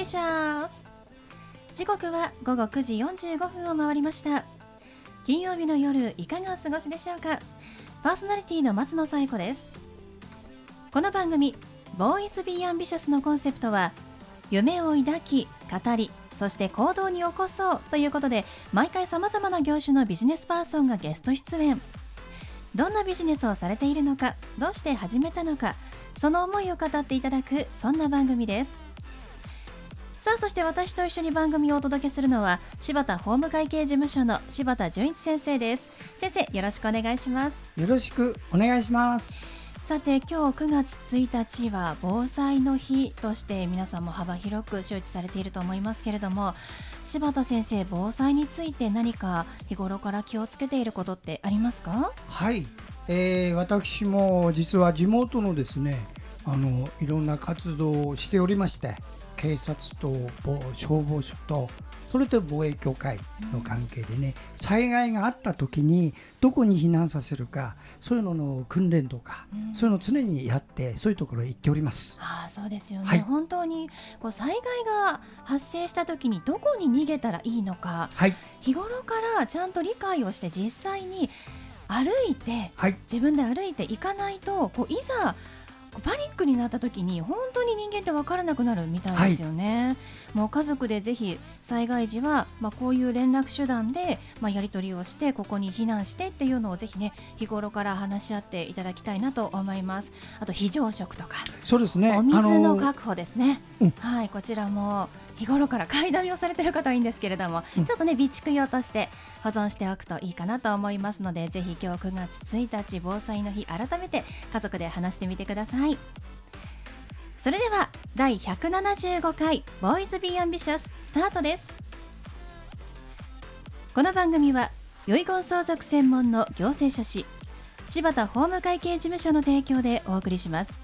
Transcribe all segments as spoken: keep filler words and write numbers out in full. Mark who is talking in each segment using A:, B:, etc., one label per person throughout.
A: リシャス。時刻はごごくじよんじゅうごふんを回りました。金曜日の夜いかがお過ごしでしょうか。パーソナリティの松野紗友子です。この番組ボーイズビーアンビシャスのコンセプトは、夢を抱き語りそして行動に起こそうということで、毎回さまざまな業種のビジネスパーソンがゲスト出演。どんなビジネスをされているのか、どうして始めたのか、その思いを語っていただく、そんな番組です。さあ、そして私と一緒に番組をお届けするのは、柴田法務会計事務所の柴田純一先生です。先生、よろしくお願いします。
B: よろしくお願いします。
A: さて、今日くがつついたちは防災の日として皆さんも幅広く周知されていると思いますけれども、柴田先生、防災について何か日頃から気をつけていることってありますか？
B: はい、えー、私も実は地元のですね、あのいろんな活動をしておりまして、警察と消防署とそれと防衛協会の関係でね、うん、災害があった時にどこに避難させるか、そういうのの訓練とか、うん、そういうのを常にやって、そういうところへ行っております。
A: ああ、そうですよね、
B: はい、
A: 本当にこう災害が発生した時にどこに逃げたらいいのか、
B: はい、
A: 日頃からちゃんと理解をして実際に歩いて、
B: はい、
A: 自分で歩いていかないと、こういざパニックになった時に本当に人間って分からなくなるみたいですよね、はい、もう家族でぜひ災害時は、まあ、こういう連絡手段で、まあ、やり取りをして、ここに避難してっていうのをぜひね、日頃から話し合っていただきたいなと思います。あと非常食とか、
B: そうですね、
A: お水の確保ですね、
B: あのーうん、
A: はい、こちらも日頃から買いだめをされている方はいいんですけれども、うん、ちょっとね備蓄用として保存しておくといいかなと思いますので、ぜひ今日くがつついたち防災の日、改めて家族で話してみてください。それではだいひゃくななじゅうごかいボーイズビーアンビシャススタートです。この番組は遺言相続専門の行政書士柴田法務会計事務所の提供でお送りします。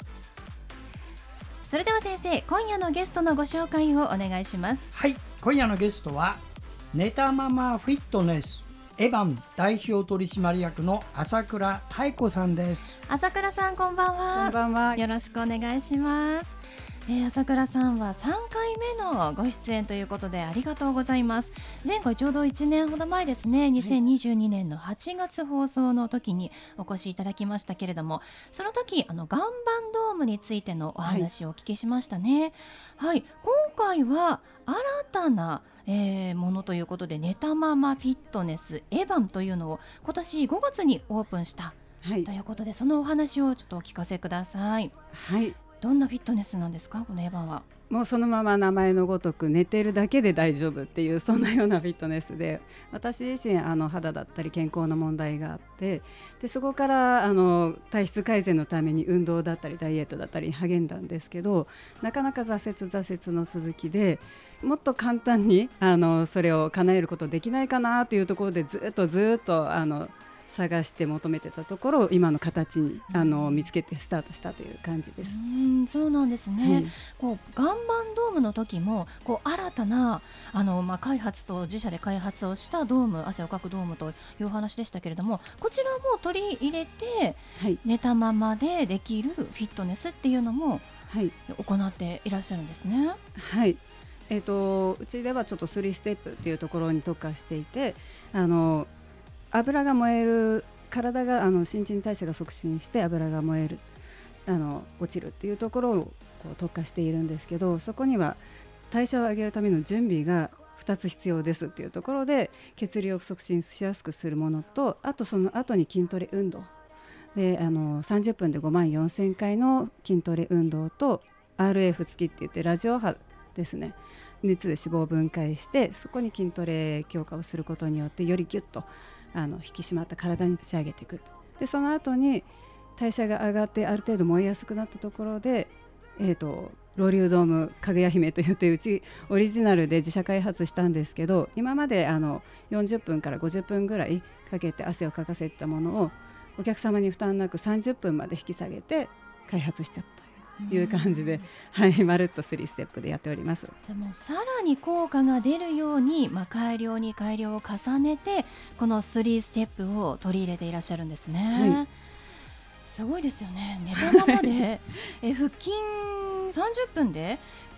A: それでは先生、今夜のゲストのご紹介をお願いします。
B: はい、今夜のゲストはネタママフィットネスエバン代表取締役の朝倉妙子さんです。
A: 朝倉さん、こんばんは。
C: こんばんは。
A: よろしくお願いします。えー、朝倉さんはさんかいめのご出演ということでありがとうございます。前回ちょうどいちねんほど前ですね、にせんにじゅうにねんのはちがつ放送の時にお越しいただきましたけれども、その時あの岩盤ドームについてのお話をお聞きしましたね。はい、はい、今回は新たなえー、ものということで、ネタママフィットネスエバンというのを今年ごがつにオープンした、はい、ということで、そのお話をちょっとお聞かせください。
C: はい、
A: どんなフィットネスなんですか、このエバンは。
C: もうそのまま名前のごとく寝ているだけで大丈夫っていう、そんなようなフィットネスで、私自身あの肌だったり健康の問題があって、でそこからあの体質改善のために運動だったりダイエットだったりに励んだんですけど、なかなか挫折挫折の続きで、もっと簡単にあのそれを叶えることできないかなというところで、ずっとずっとあの探して求めてたところ、今の形にあの見つけてスタートしたという感じです。
A: うん、そうなんですね、はい、こう岩盤ドームの時もこう新たなあの、まあ、開発と自社で開発をしたドーム、汗をかくドームという話でしたけれども、こちらも取り入れて、はい、寝たままでできるフィットネスっていうのも行っていらっしゃるんですね。
C: はい、えーと、うちではちょっとスリーステップっていうところに特化していて、あの油が燃える、体があの新陳代謝が促進して油が燃える、あの落ちるっていうところをこう特化しているんですけど、そこには代謝を上げるための準備がふたつ必要ですっていうところで、血流を促進しやすくするものと、あとその後に筋トレ運動で、あのさんじゅっぷんでごまんよんせんかいの筋トレ運動と アールエフ 付きって言って、ラジオ波ですね、熱で脂肪を分解して、そこに筋トレ強化をすることによってよりギュッとあの引き締まった体に仕上げていく。でその後に代謝が上がってある程度燃えやすくなったところで、えーと、ロウリュドームかぐや姫といって、うちオリジナルで自社開発したんですけど、今まであのよんじゅっぷんからごじゅっぷんぐらいかけて汗をかかせたものをお客様に負担なくさんじゅっぷんまで引き下げて開発したという感じで、はい、まるっとスリーステップでやっております。
A: でもさらに効果が出るように、まあ、改良に改良を重ねて、このスリーステップを取り入れていらっしゃるんですね。はい、すごいですよね。寝たままでえ腹筋さんじゅっぷんでこ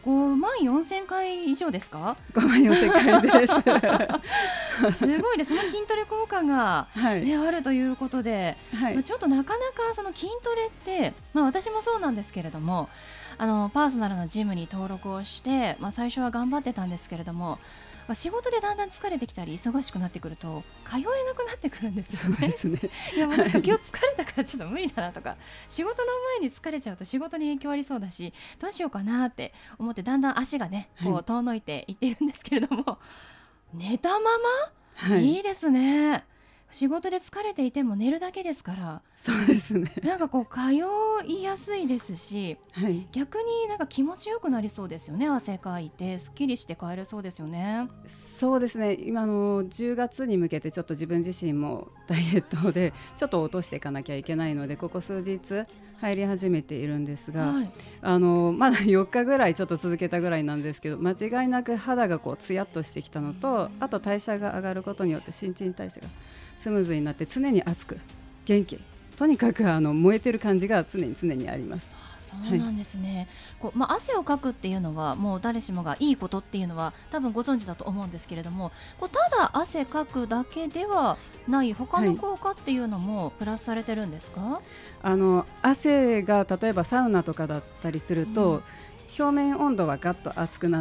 A: ごまんよんせんかい以上ですか？
C: ごまんよんせんかいです
A: すごいです。その筋トレ効果が、
C: はい
A: ね、あるということで、
C: はい
A: まあ、ちょっとなかなかその筋トレって、まあ、私もそうなんですけれども、あのパーソナルのジムに登録をして、まあ、最初は頑張ってたんですけれども、仕事でだんだん疲れてきたり忙しくなってくると通えなくなってくるんですよね。
C: そうですね
A: いやもうなんか今日疲れたからちょっと無理だなとか、仕事の前に疲れちゃうと仕事に影響ありそうだし、どうしようかなって思ってだんだん足がねこ
C: は
A: う遠のいていってるんですけれども、寝たまま、
C: はい
A: いいですね。仕事で疲れていても寝るだけですから、
C: そうですね
A: なんかこう通いやすいですし、
C: はい
A: 逆になんか気持ちよくなりそうですよね。汗かいてすっきりして帰れそうですよね。
C: そうですね。今のじゅうがつに向けてちょっと自分自身もダイエットでちょっと落としていかなきゃいけないので、ここ数日入り始めているんですが、
A: はい、
C: あのまだよっかぐらいちょっと続けたぐらいなんですけど、間違いなく肌がこうツヤっとしてきたのと、あと代謝が上がることによって新陳代謝がスムーズになって常に熱く元気、とにかくあの燃えてる感じが常に常にあります。
A: そうなんですね。はい、こうまあ、汗をかくっていうのはもう誰しもがいいことっていうのは多分ご存知だと思うんですけれども、こうただ汗かくだけではない他の効果っていうのもプラスされてるんですか？はい、
C: あの汗が例えばサウナとかだったりすると、うん、表面温度はガッと熱くなって、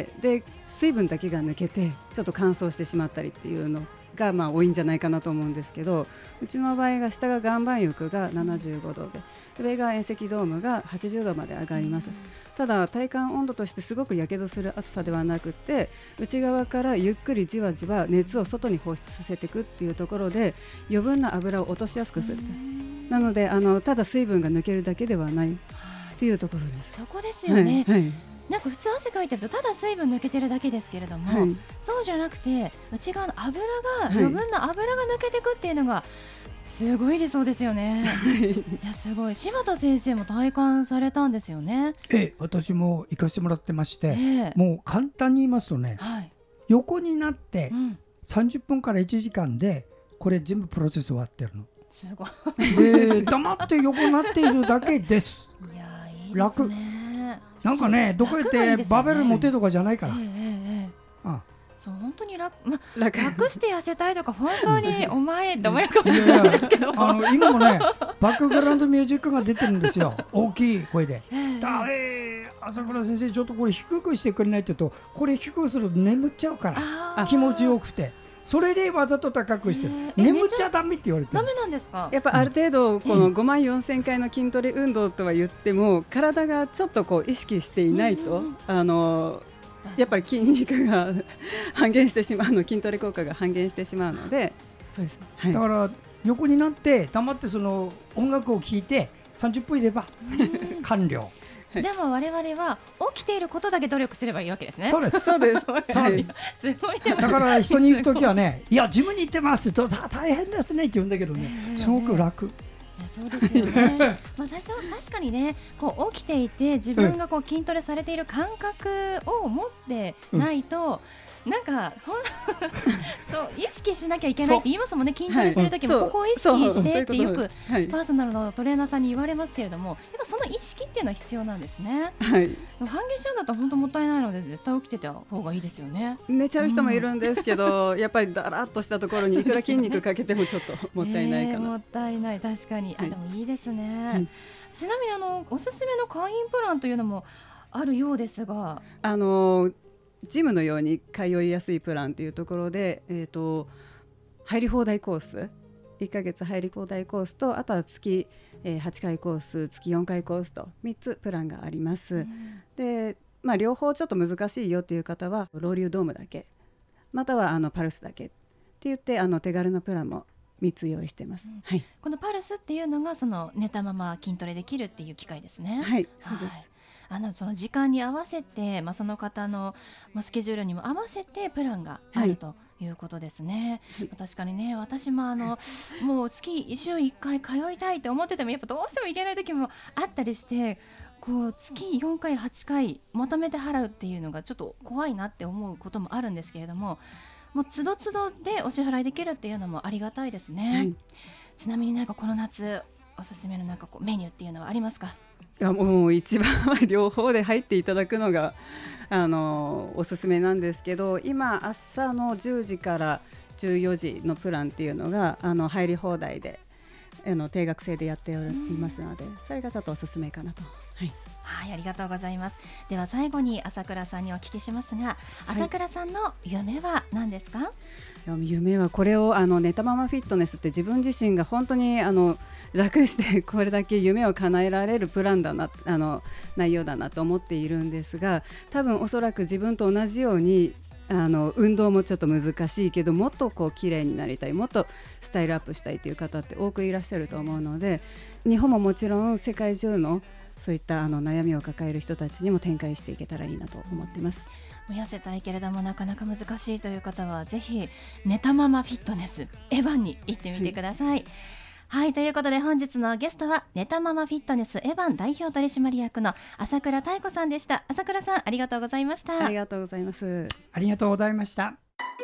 C: で水分だけが抜けてちょっと乾燥してしまったりっていうのがまあ多いんじゃないかなと思うんですけど、うちの場合が下が岩盤浴がななじゅうごどで、上が遠赤ドームがはちじゅうどまで上がります。うん、ただ体感温度としてすごくやけどする暑さではなくて、内側からゆっくりじわじわ熱を外に放出させていくっていうところで余分な油を落としやすくする。なのであのただ水分が抜けるだけではないっていうところです。
A: そこですよね。
C: はいはい、
A: なんか普通汗かいてるとただ水分抜けてるだけですけれども、はい、そうじゃなくて内側の油が、はい、余分な油が抜けていくっていうのがすごい理想ですよね。はい、いやすごい。柴田先生も体感されたんですよね。
B: ええ、私も行かせてもらってまして、え
A: え、
B: もう簡単に言いますとね、はい、横になってさんじゅっぷんからいちじかんでこれ全部プロセス終わってるの。
A: すごい。
B: で黙って横になっているだけです。
A: いやいいですね。
B: なんかね、どこやってバベル持てとかじゃないから。
A: ええええ、
B: ああ、
A: そう本当に 楽,、ま、楽, 楽して痩せたいとか本当にお前って思うかもしれないですけども、
B: あの今もねバックグラウンドミュージックが出てるんですよ。大きい声で、ええ、だえー、朝倉先生ちょっとこれ低くしてくれないって言うと、これ低くすると眠っちゃうから気持ちよくて、それでわざと高くしてる。眠っちゃダメって言われてる。
A: ダメなんですか？
C: やっぱある程度このごまんよんせんかいの筋トレ運動とは言っても、体がちょっとこう意識していないと、うんうん、あのやっぱり筋肉が半減してしまうの、筋トレ効果が半減してしまうので、そうです、はい、
B: だから横になって黙ってその音楽を聴いてさんじゅっぷんいれば完了。
A: じゃあもう我々は起きていることだけ努力すればいいわけですね。
B: そうです
C: そうです
B: そうです。
A: すごいね。
B: だから人に行くときはね、いや自分に行ってますと大変ですねって言うんだけどね、えー、すごく楽。
A: いやそうですよね。まあ、私は確かにね、こう起きていて自分がこう筋トレされている感覚を持ってないと、うん、なんかほんそう意識しなきゃいけないって言いますもんね。筋トレするときもここを意識してってよくパーソナルのトレーナーさんに言われますけれども、やっぱその意識っていうのは必要なんですね。
C: はい、
A: 半減しちゃうんだったら本当もったいないので絶対起きてた方がいいですよね。
C: 寝ちゃう人もいるんですけど、うん、やっぱりだらっとしたところにいくら筋肉かけてもちょっともったいないかな、えー、
A: もったいない。確かに、はい、あでもいいですね。はい、ちなみにあのおすすめの会員プランというのもあるようですが、
C: あのジムのように通いやすいプランというところで、えーと、入り放題コース、いっかげつ入り放題コースと、あとは月、えー、はちかいコース、月よんかいコースとみっつプランがあります。うん、で、まあ、両方ちょっと難しいよという方はロウリュドームだけ、またはあのパルスだけって言ってあの手軽なプランもみっつ用意してます。うん、はい、
A: このパルスっていうのがその寝たまま筋トレできるっていう機械ですね。
C: はい、そうです。はい、
A: あのその時間に合わせて、まあ、その方の、まあ、スケジュールにも合わせてプランがあるということですね。はい、確かにね、私もあのもう月週いっかい通いたいって思っててもやっぱどうしても行けない時もあったりして、こう月よんかいはちかいまとめて払うっていうのがちょっと怖いなって思うこともあるんですけれども、もう都度都度でお支払いできるっていうのもありがたいですね。はい、ちなみになんかこの夏おすすめのなんかこうメニューっていうのはありますか？
C: いやもう一番は両方で入っていただくのがあのおすすめなんですけど、今朝のじゅうじからじゅうよじのプランっていうのがあの入り放題であの定額制でやっておりますので、それがちょっとおすすめかなと。はい、
A: はい、ありがとうございます。では最後に朝倉さんにお聞きしますが、朝倉さんの夢は何ですか？
C: 夢はこれをあのネタママフィットネスって自分自身が本当にあの楽してこれだけ夢を叶えられるプランだな、あの内容だなと思っているんですが、多分おそらく自分と同じようにあの運動もちょっと難しいけどもっとこう綺麗になりたい、もっとスタイルアップしたいという方って多くいらっしゃると思うので、日本ももちろん世界中のそういったあの悩みを抱える人たちにも展開していけたらいいなと思っています。
A: 痩せたいけれどもなかなか難しいという方はぜひネタママフィットネスエヴァンに行ってみてください。はい、はい、ということで本日のゲストはネタママフィットネスエヴァン代表取締役の朝倉妙子さんでした。朝倉さん、ありがとうございました。
C: ありがとうございます。
B: ありがとうございました。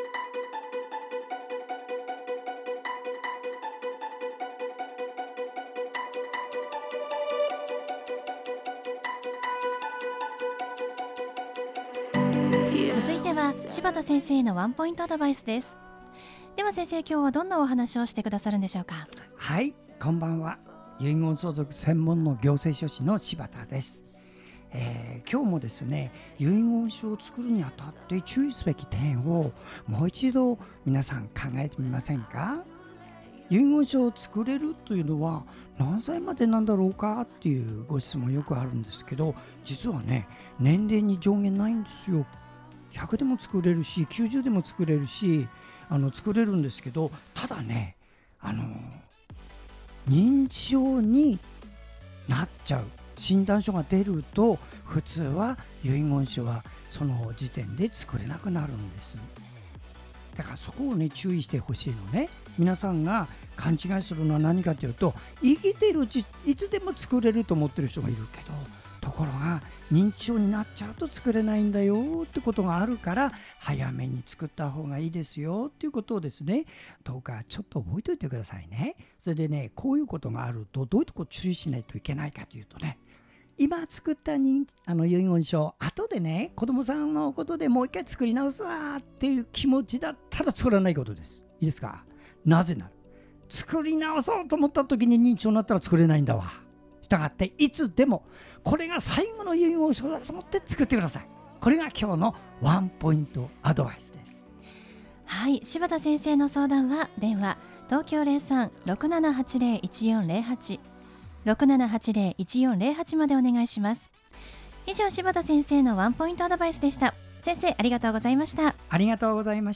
A: 続いては柴田先生のワンポイントアドバイスです。では先生、今日はどんなお話をしてくださるんでしょうか？
B: はい、こんばんは。遺言相続専門の行政書士の柴田です。えー、今日もですね、遺言書を作るにあたって注意すべき点をもう一度皆さん考えてみませんか？遺言書を作れるというのは何歳までなんだろうかっていうご質問よくあるんですけど、実はね、年齢に上限ないんですよ。ひゃくでも作れるしきゅうじゅうでも作れるし、あの作れるんですけど、ただね、あの認知症になっちゃう診断書が出ると、普通は遺言書はその時点で作れなくなるんです。だからそこをね、注意してほしいのね。皆さんが勘違いするのは何かというと、生きてるうちいつでも作れると思ってる人がいるけど、ところが認知症になっちゃうと作れないんだよってことがあるから、早めに作った方がいいですよっていうことをですね、どうかちょっと覚えておいてくださいね。それでね、こういうことがあるとどういうところ注意しないといけないかというとね、今作ったにあの遺言書、後でね、子供さんのことでもう一回作り直すわっていう気持ちだったら作らないことです。いいですか？なぜなら作り直そうと思った時に認知症になったら作れないんだわ。したがっていつでもこれが最後の遺言書だと思って作ってください。これが今日のワンポイントアドバイスです。
A: はい、柴田先生の相談は電話東京 ゼロさん ろくななはちゼロ いちよんゼロはち ろくななはちゼロ いちよんゼロはちまでお願いします。以上、柴田先生のワンポイントアドバイスでした。先生、ありがとうございました。
B: ありがとうございました。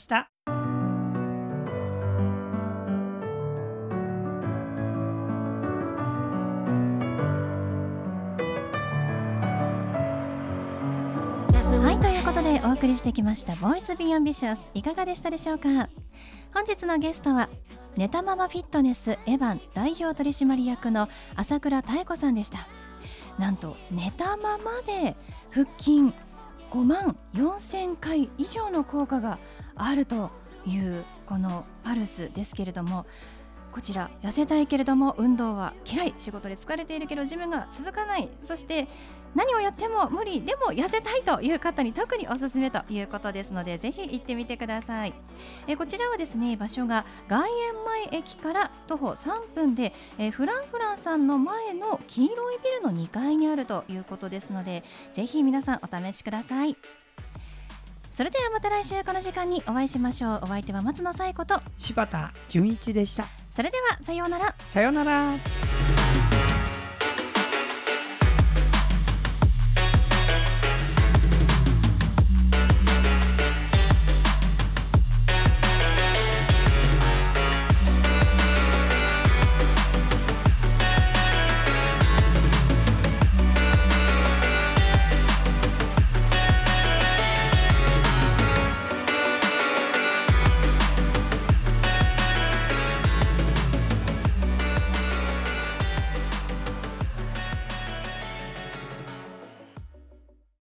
A: はい、ということでお送りしてきましたボイスビヨンビシャス、いかがでしたでしょうか？本日のゲストはネタママフィットネスエヴァン代表取締役の朝倉妙子さんでした。なんとネタママで腹筋ごまんよんせんかい以上の効果があるというこのパルスですけれども、こちら痩せたいけれども運動は嫌い、仕事で疲れているけどジムが続かない、そして何をやっても無理でも痩せたいという方に特におすすめということですので、ぜひ行ってみてください。えこちらはですね、場所が外苑前駅から徒歩さんぷんで、えフランフランさんの前の黄色いビルのにかいにあるということですので、ぜひ皆さんお試しください。それではまた来週この時間にお会いしましょう。お相手は松野紗友子と
B: 柴田純一でした。
A: それではさようなら。
B: さようなら。